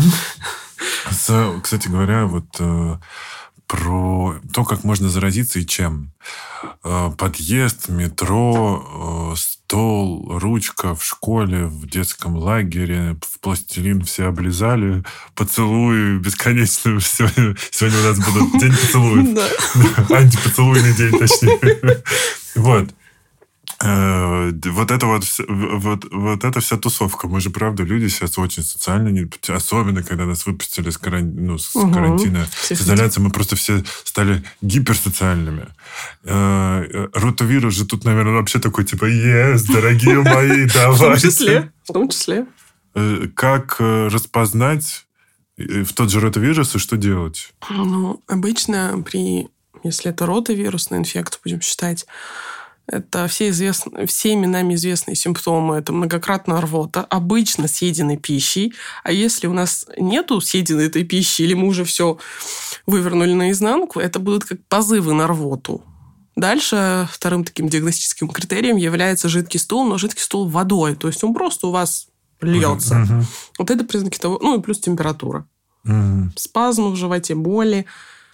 Кстати говоря, вот э, про то, как можно заразиться и чем. Э, подъезд, метро, э, стол, ручка в школе, в детском лагере, в пластилин все облизали, поцелуи бесконечно. Сегодня, сегодня у нас будет день поцелуев. Антипоцелуйный день, точнее. Вот. Вот это вот, вот, вот эта вся тусовка. Мы же, правда, люди сейчас очень социальные, особенно когда нас выпустили с, каран... ну, с угу. карантина, с изоляции, мы просто все стали гиперсоциальными. Ротавирус же тут, наверное, вообще такой, типа, ес, дорогие мои, давайте. В том числе. В том числе. Как распознать в тот же ротавирус и что делать? Ну, обычно при... Если это ротавирусная инфекция, будем считать, Это все известные, всеми нами известные симптомы. Это многократная рвота, обычно съеденной пищей. А если у нас нету съеденной этой пищи, или мы уже все вывернули наизнанку, это будут как позывы на рвоту. Дальше вторым таким диагностическим критерием является жидкий стул, но жидкий стул водой. То есть он просто у вас льется. Uh-huh. Вот это признаки того... Ну, и плюс температура. Uh-huh. Спазмы в животе, боли.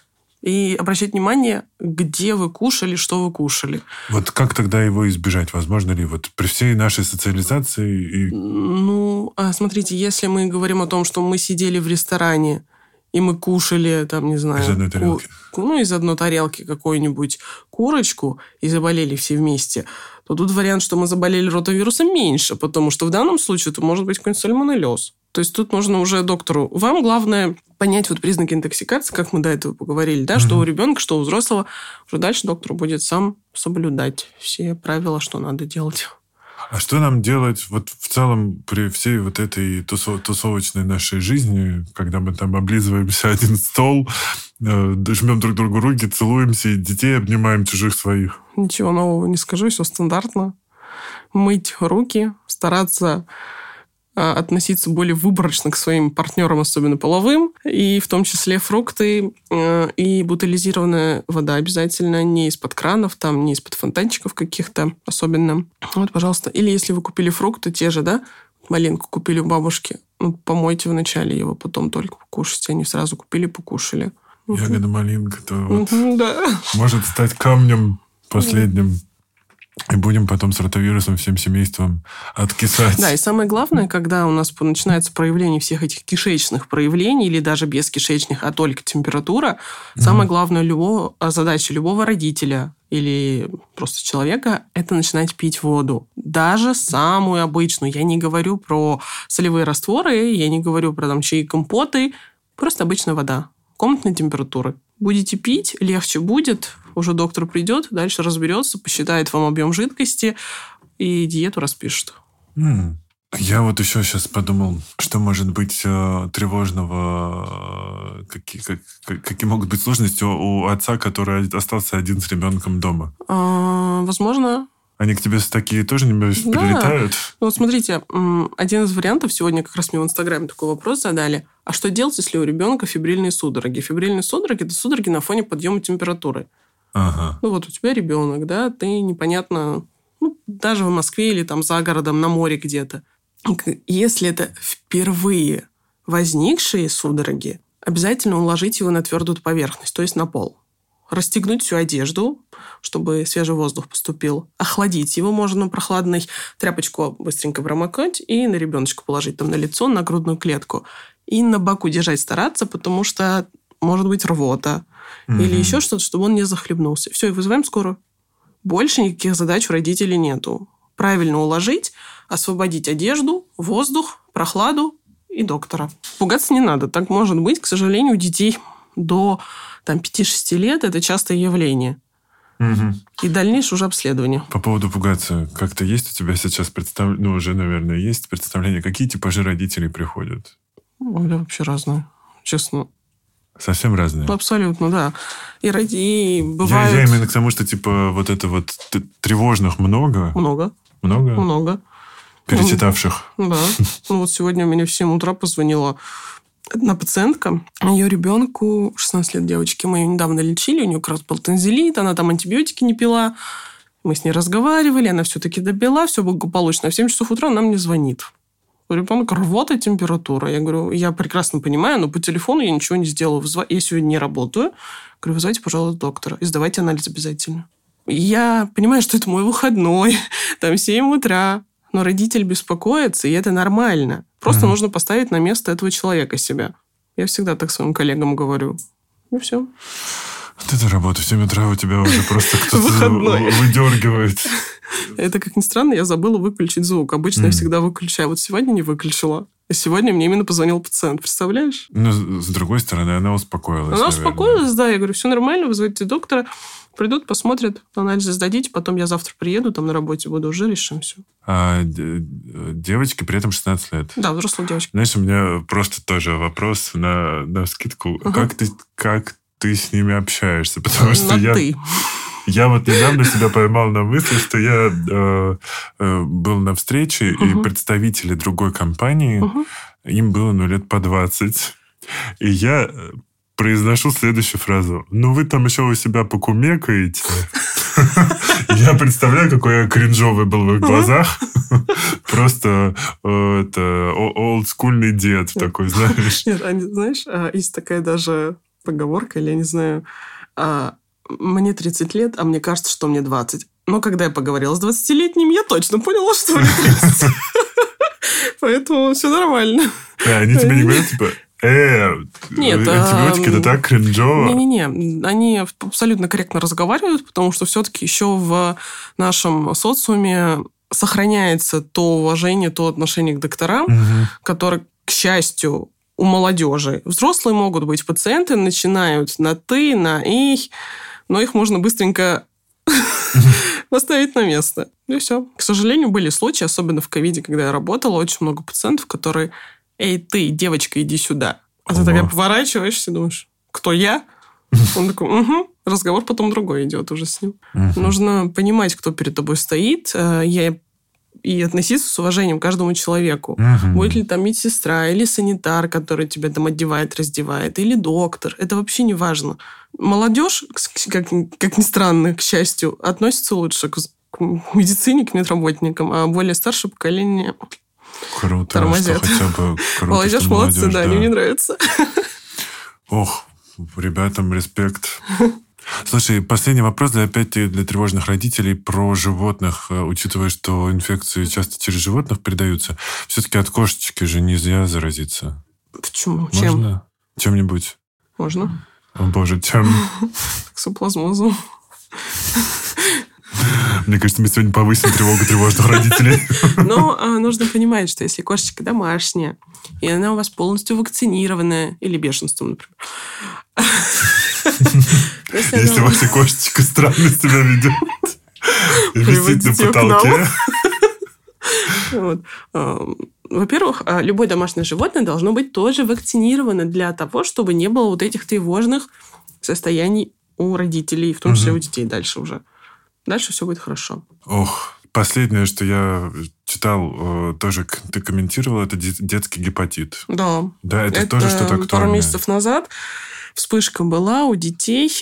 И обращать внимание, где вы кушали, что вы кушали. Вот как тогда его избежать? Возможно ли вот при всей нашей социализации? И... Ну, смотрите, если мы говорим о том, что мы сидели в ресторане, и мы кушали, там, не знаю... Из одной тарелки. Ку... Ну, из одной тарелки какую-нибудь курочку, и заболели все вместе, то тут вариант, что мы заболели ротавирусом, меньше, потому что в данном случае это может быть какой-нибудь сальмонеллез. То есть тут нужно уже доктору... Вам главное понять вот признаки интоксикации, как мы до этого поговорили, да, mm-hmm. что у ребенка, что у взрослого. Уже дальше доктор будет сам соблюдать все правила, что надо делать. А что нам делать вот в целом при всей вот этой тусов- тусовочной нашей жизни, когда мы там облизываемся один стол, э, жмем друг другу руки, целуемся, и детей обнимаем чужих своих? Ничего нового не скажу, все стандартно. Мыть руки, стараться относиться более выборочно к своим партнерам, особенно половым, и в том числе фрукты и бутылизированная вода обязательно, не из-под кранов, там, не из-под фонтанчиков каких-то особенно. Вот, пожалуйста. Или если вы купили фрукты, те же, да, малинку купили у бабушки, ну, помойте вначале его, потом только покушайте, они сразу купили, покушали. Ягода малинка-то вот угу, да. может стать камнем последним. И будем потом с ротавирусом всем семейством откисать. Да, и самое главное, когда у нас начинается проявление всех этих кишечных проявлений, или даже без кишечных, а только температура, mm-hmm. самое главное любого, задача любого родителя или просто человека – это начинать пить воду. Даже самую обычную. Я не говорю про солевые растворы, я не говорю про там, чаи, компоты. Просто обычная вода. Комнатной температуры. Будете пить, легче будет. Уже доктор придет, дальше разберется, посчитает вам объем жидкости и диету распишет. Mm. Я вот еще сейчас подумал, что может быть э, тревожного, э, какие, как, какие могут быть сложности у, у отца, который остался один с ребенком дома. А, возможно. Они к тебе такие тоже не да. прилетают? Ну, вот смотрите, один из вариантов, сегодня как раз мне в Инстаграме такой вопрос задали. А что делать, если у ребенка фибрильные судороги? Фибрильные судороги – это судороги на фоне подъема температуры. Ага. Ну, вот у тебя ребенок, да, ты непонятно, ну, даже в Москве или там за городом, на море где-то. Если это впервые возникшие судороги, обязательно уложить его на твердую поверхность, то есть на пол. Расстегнуть всю одежду, чтобы свежий воздух поступил. Охладить его можно прохладной, тряпочку быстренько промокать и на ребеночка положить, там, на лицо, на грудную клетку. И на боку держать стараться, потому что может быть рвота mm-hmm. или еще что-то, чтобы он не захлебнулся. Все, и вызываем скорую. Больше никаких задач у родителей нету. Правильно уложить, освободить одежду, воздух, прохладу и доктора. Пугаться не надо. Так может быть, к сожалению, у детей до там, пяти-шести лет это частое явление. Угу. И дальнейшее уже обследование. По поводу пугаться, как-то есть у тебя сейчас представление, ну, уже, наверное, есть представление, какие типажи родителей приходят? Ой, да, вообще разные, честно. Совсем разные? Абсолютно, да. И ради бывают... Я, я именно к тому, что типа вот это вот тревожных много. Много. Много? Много. Перечитавших. Да. Ну вот сегодня мне в семь утра позвонила одна пациентка. Ее ребенку, шестнадцать лет девочки, мы ее недавно лечили, у нее как раз был танзелит, она там антибиотики не пила. Мы с ней разговаривали, она все-таки допила, все благополучно. А в семь часов утра она мне звонит. У ребенка рвота, температура. Я говорю, я прекрасно понимаю, но по телефону я ничего не сделала. Я сегодня не работаю. Говорю, вызывайте, пожалуйста, доктора и сдавайте анализ обязательно. Я понимаю, что это мой выходной, там семь утра. Но родитель беспокоится, и это нормально. Просто mm-hmm. нужно поставить на место этого человека себя. Я всегда так своим коллегам говорю. И все. Вот эта работа в семь утра у тебя уже просто кто-то выдергивает. Это, как ни странно, я забыла выключить звук. Обычно я всегда выключаю. Вот сегодня не выключила. А сегодня мне именно позвонил пациент. Представляешь? Ну, с другой стороны, она успокоилась. Она успокоилась, да. Я говорю, все нормально, вызовите доктора. Придут, посмотрят, анализы сдадите, потом я завтра приеду, там на работе буду, уже решим все. А девочке при этом шестнадцать лет? Да, взрослая девочка. Знаешь, у меня просто тоже вопрос на, на скидку. Угу. Как ты, как ты с ними общаешься? Потому что на я, ты. Я вот недавно себя поймал на мысли, что я э, э, был на встрече, угу. и представители другой компании, угу. им было, ну, лет по двадцать. И я произношу следующую фразу. Ну, вы там еще у себя покумекаете. Я представляю, какой я кринжовый был в их глазах. Просто это олдскульный дед такой, знаешь. Нет, знаешь, есть такая даже поговорка, или я не знаю, мне тридцать лет, а мне кажется, что мне двадцать. Но когда я поговорила с двадцатилетним, я точно поняла, что мне тридцать. Поэтому все нормально. Да, они тебе не говорят, типа... Э, Нет, антибиотики, это так кринжово. Не-не-не, они абсолютно корректно разговаривают, потому что все-таки еще в нашем социуме сохраняется то уважение, то отношение к докторам, угу. которое, к счастью, у молодежи. Взрослые могут быть пациенты, начинают на «ты», на «эй», но их можно быстренько поставить на место. И все. К сожалению, были случаи, особенно в ковиде, когда я работала, очень много пациентов, которые... «Эй, ты, девочка, иди сюда». А ты такая поворачиваешься и думаешь, кто я? Он такой, угу. Разговор потом другой идет уже с ним. Угу. Нужно понимать, кто перед тобой стоит, я, и относиться с уважением к каждому человеку. Угу. Будет ли там медсестра, или санитар, который тебя там одевает, раздевает, или доктор. Это вообще не важно. Молодежь, как, как ни странно, к счастью, относится лучше к, к медицине, к медработникам, а более старшее поколение... Круто, тормозят. Что хотя бы круто, молодежь, что молодцы, молодежь, да, да, они мне нравятся. Ох, ребятам респект. Слушай, последний вопрос для, опять для тревожных родителей про животных. Учитывая, что инфекции часто через животных передаются, все-таки от кошечки же нельзя заразиться. Почему? Можно? Чем? Чем-нибудь? Можно. О, боже, чем? Токсоплазмозом. Мне кажется, мы сегодня повысим тревогу тревожных родителей. Но а, нужно понимать, что если кошечка домашняя, и она у вас полностью вакцинированная, или бешенством, например. Если ваша кошечка странно себя ведет и висит на потолке. Во-первых, любое домашнее животное должно быть тоже вакцинировано для того, чтобы не было вот этих тревожных состояний у родителей, в том числе у детей дальше уже. Дальше все будет хорошо. Ох, последнее, что я читал, тоже ты комментировал, это детский гепатит. Да. Да, это, это тоже что-то актуальное. Пару месяцев назад вспышка была у детей.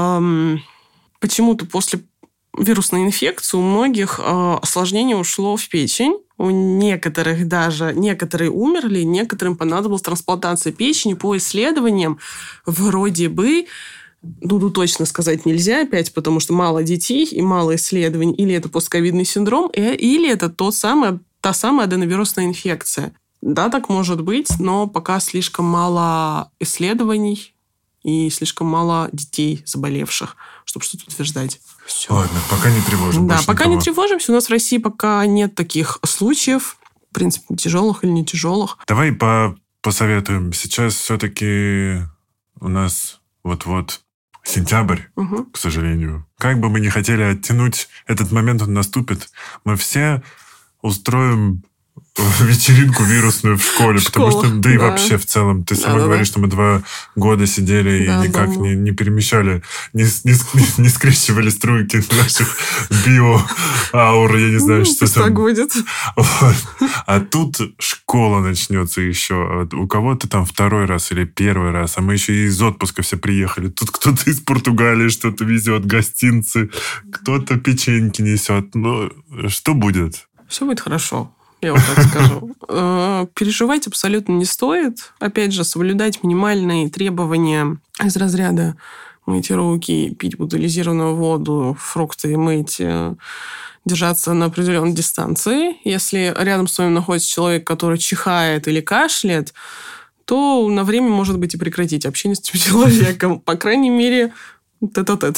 Почему-то после вирусной инфекции у многих осложнение ушло в печень. У некоторых даже, некоторые умерли, некоторым понадобилась трансплантация печени. По исследованиям вроде бы, ну, точно сказать нельзя опять, потому что мало детей и мало исследований. Или это постковидный синдром, или это тот самый, та самая аденовирусная инфекция. Да, так может быть, но пока слишком мало исследований и слишком мало детей заболевших, чтобы что-то утверждать. Все. Ладно, пока не тревожим. Да, пока никого. не тревожимся. У нас в России пока нет таких случаев, в принципе, тяжелых или не тяжелых. Давай по посоветуем. Сейчас все-таки у нас вот-вот сентябрь, угу. к сожалению. Как бы мы ни хотели оттянуть этот момент, он наступит. Мы все устроим вечеринку вирусную в школе, в потому школах, что, да, да и вообще в целом. Ты сама да, говоришь, да. что мы два года сидели да, и никак да. не, не перемещали, не, не, не скрещивали струйки наших био-аур, я не знаю, ну, что там. Так будет. Вот. А тут школа начнется еще. У кого-то там второй раз или первый раз, а мы еще и из отпуска все приехали. Тут кто-то из Португалии что-то везет, гостинцы, кто-то печеньки несет. Ну, что будет? Все будет хорошо. Я вот так скажу. Переживать абсолютно не стоит. Опять же, соблюдать минимальные требования из разряда мыть руки, пить бутилизированную воду, фрукты мыть, держаться на определенной дистанции. Если рядом с вами находится человек, который чихает или кашляет, то на время, может быть, и прекратить общение с этим человеком. По крайней мере, тет-а-тет.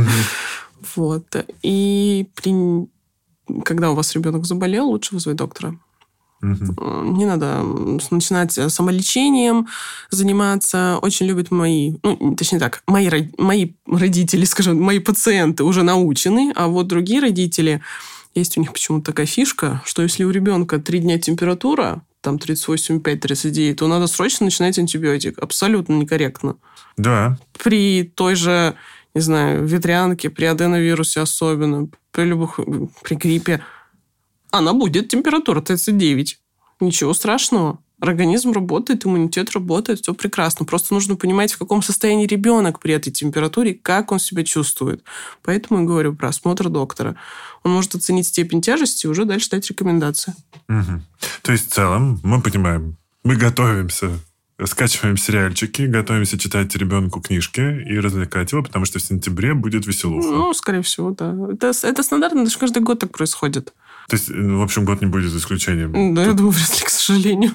Вот. И при... когда у вас ребенок заболел, лучше вызвать доктора. Угу. Не надо начинать самолечением заниматься. Очень любят мои, ну, точнее так, мои, мои родители, скажем, мои пациенты уже научены, а вот другие родители, есть у них почему-то такая фишка, что если у ребенка три дня температура, там тридцать восемь и пять - тридцать девять, то надо срочно начинать антибиотик. Абсолютно некорректно. Да. При той же, не знаю, ветрянке, при аденовирусе особенно, при любых, при гриппе, она будет температура тридцать девять. Ничего страшного. Организм работает, иммунитет работает, все прекрасно. Просто нужно понимать, в каком состоянии ребенок при этой температуре, как он себя чувствует. Поэтому я говорю про осмотр доктора. Он может оценить степень тяжести и уже дальше дать рекомендации. Угу. То есть в целом мы понимаем, мы готовимся, скачиваем сериальчики, готовимся читать ребенку книжки и развлекать его, потому что в сентябре будет веселуха. Ну, скорее всего, да. Это, это стандартно, даже каждый год так происходит. То есть, в общем, год не будет исключением. Да, Тут... я думаю, вряд ли, к сожалению.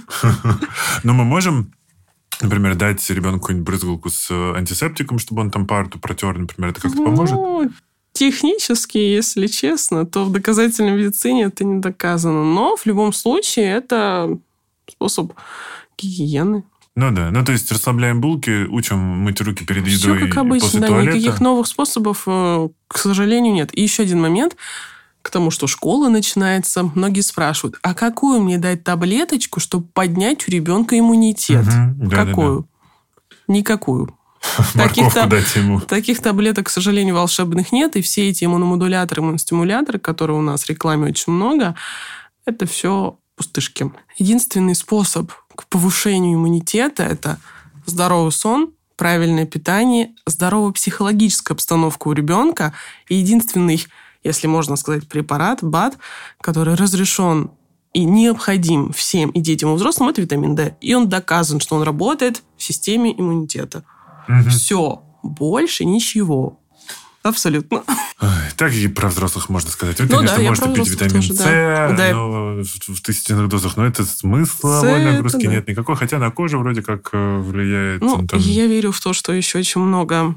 Но мы можем, например, дать ребенку какую-нибудь брызгалку с антисептиком, чтобы он там парту протер, например, это как-то поможет? Ну, технически, если честно, то в доказательной медицине это не доказано. Но в любом случае это способ гигиены. Ну да, ну то есть расслабляем булки, учим мыть руки перед едой. Все как обычно, после да, туалета. Никаких новых способов, к сожалению, нет. И еще один момент. К тому, что школа начинается, многие спрашивают, а какую мне дать таблеточку, чтобы поднять у ребенка иммунитет? Угу, да, какую? Да, да. Никакую. Таких, таб... дать ему. таких таблеток, к сожалению, волшебных нет. И все эти иммуномодуляторы, иммуностимуляторы, которые у нас в рекламе очень много, это все пустышки. Единственный способ к повышению иммунитета – это здоровый сон, правильное питание, здоровая психологическая обстановка у ребенка. И единственный, если можно сказать, препарат, БАД, который разрешен и необходим всем, и детям, и взрослым, это витамин D. И он доказан, что он работает в системе иммунитета. Угу. Все. Больше ничего. Абсолютно. Ой, так и про взрослых можно сказать. Вы, ну, конечно, да, можете пить витамин С, да. но в тысячных дозах, но это смысла нагрузки да. нет никакой, хотя на кожу вроде как влияет. Ну, там... я верю в то, что еще очень много...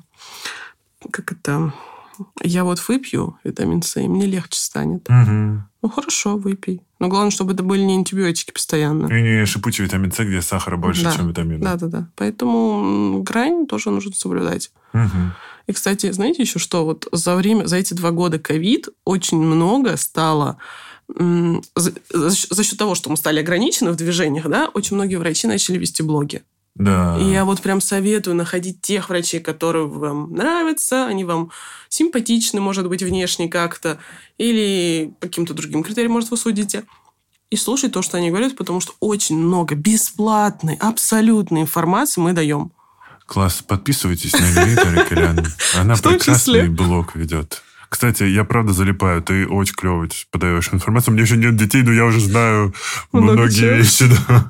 Как это... Я вот выпью витамин С, и мне легче станет. Угу. Ну, хорошо, выпей. Но главное, чтобы это были не антибиотики постоянно. И не шипучий витамин С, где сахара больше, да. чем витамина. Да-да-да. Поэтому грань тоже нужно соблюдать. Угу. И, кстати, знаете еще что? Вот за время, за эти два года ковид очень много стало... М- за, за счет того, что мы стали ограничены в движениях, да, очень многие врачи начали вести блоги. Да. И я вот прям советую находить тех врачей, которые вам нравятся, они вам симпатичны, может быть, внешне как-то, или по каким-то другим критериям, может, вы судите. И слушать то, что они говорят, потому что очень много бесплатной, абсолютной информации мы даем. Класс. Подписывайтесь на Лилит Аракелян. Она прекрасный блог ведет. Кстати, я правда залипаю. Ты очень клево подаешь информацию. У меня еще нет детей, но я уже знаю Много многие чего. вещи. Да.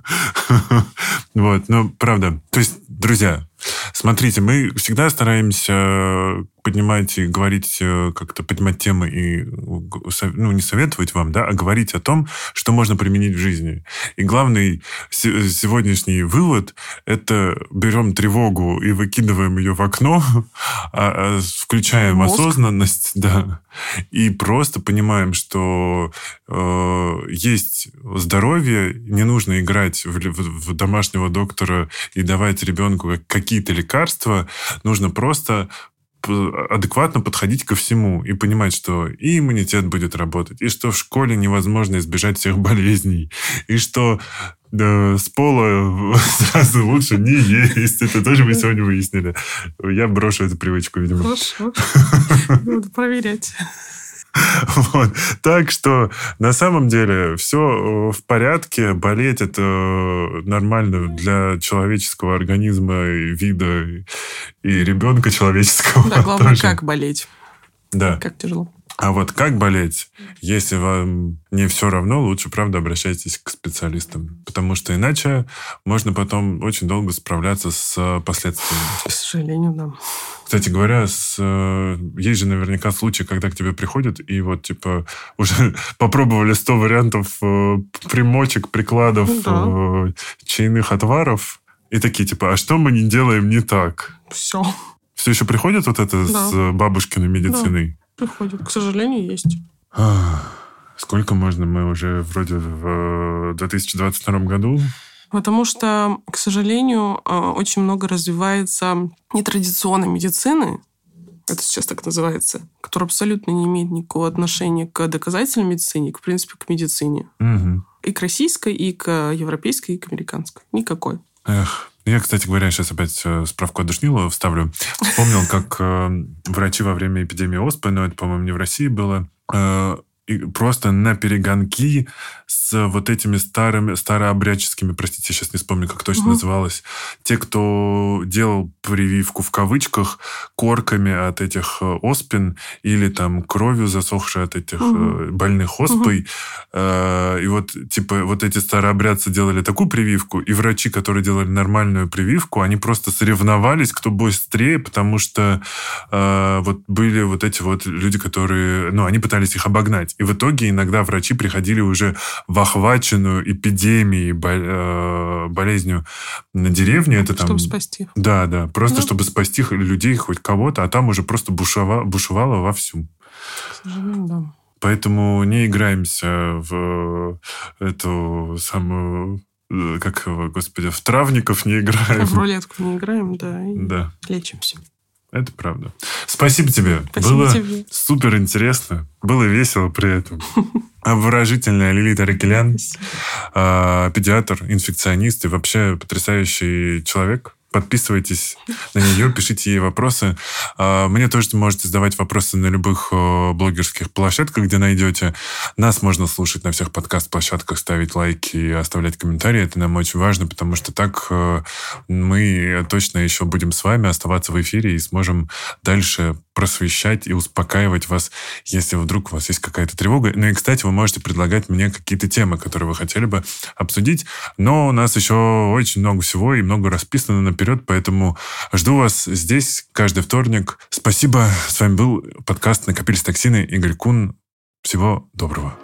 Вот, ну, правда. То есть, друзья, смотрите, мы всегда стараемся поднимать и говорить, как-то поднимать темы и, ну, не советовать вам, да, а говорить о том, что можно применить в жизни. И главный сегодняшний вывод – это берем тревогу и выкидываем ее в окно, включаем Мозг. осознанность, да, и просто понимаем, что э, есть здоровье, не нужно играть в, в, в домашнего доктора и давать ребенку какие-то лекарства, нужно просто адекватно подходить ко всему и понимать, что и иммунитет будет работать, и что в школе невозможно избежать всех болезней, и что да, с пола сразу лучше не есть. Это тоже мы сегодня выяснили. Я брошу эту привычку, видимо. Хорошо. Буду проверять. Вот. Так что на самом деле все в порядке. Болеть это нормально для человеческого организма и вида, и ребенка человеческого. Да, главное, тоже. Как болеть. Да. Как тяжело. А вот как болеть? Если вам не все равно, лучше, правда, обращайтесь к специалистам. Потому что иначе можно потом очень долго справляться с последствиями. К сожалению, да. Кстати говоря, с, есть же наверняка случаи, когда к тебе приходят и вот, типа, уже попробовали сто вариантов примочек, прикладов, да. чайных отваров. И такие, типа, а что мы не делаем не так? Все. Все еще приходит вот это да. с бабушкиной медициной? Да. Приходит. К сожалению, есть. Сколько можно? Мы уже вроде в две тысячи двадцать втором году. Потому что, к сожалению, очень много развивается нетрадиционной медицины, это сейчас так называется, которая абсолютно не имеет никакого отношения к доказательной медицине, к, в принципе, к медицине. Угу. И к российской, и к европейской, и к американской. Никакой. Эх. Я, кстати говоря, сейчас опять справку о Душнилове вставлю. Вспомнил, как врачи во время эпидемии оспы, но это, по-моему, не в России было, и просто на перегонки с вот этими старыми, старообрядческими, простите, я сейчас не вспомню, как точно угу. называлось, те, кто делал прививку в кавычках корками от этих оспин или там кровью засохшей от этих угу. больных оспой. Угу. И вот, типа, вот эти старообрядцы делали такую прививку, и врачи, которые делали нормальную прививку, они просто соревновались, кто быстрее, потому что э, вот были вот эти вот люди, которые, ну, они пытались их обогнать. И в итоге иногда врачи приходили уже в охваченную эпидемией, болезнью на деревне. Это там, чтобы спасти. Да, да. Просто да. чтобы спасти людей, хоть кого-то, а там уже просто бушевало, бушевало вовсю. К сожалению, да. Поэтому не играемся в эту самую... Как, господи, в травников не играем. В рулетку не играем, да. И да. лечимся. Это правда. Спасибо тебе. Спасибо Было тебе. Супер интересно. Было весело при этом. Обворожительная Лилит Аракелян, педиатр, инфекционист и вообще потрясающий человек. Подписывайтесь на нее, пишите ей вопросы. Мне тоже можете задавать вопросы на любых блогерских площадках, где найдете. Нас можно слушать на всех подкаст-площадках, ставить лайки и оставлять комментарии. Это нам очень важно, потому что так мы точно еще будем с вами оставаться в эфире и сможем дальше просвещать и успокаивать вас, если вдруг у вас есть какая-то тревога. Ну и, кстати, вы можете предлагать мне какие-то темы, которые вы хотели бы обсудить. Но у нас еще очень много всего и много расписано наперед, поэтому жду вас здесь каждый вторник. Спасибо. С вами был подкаст «Накопились токсины». Игорь Кун. Всего доброго.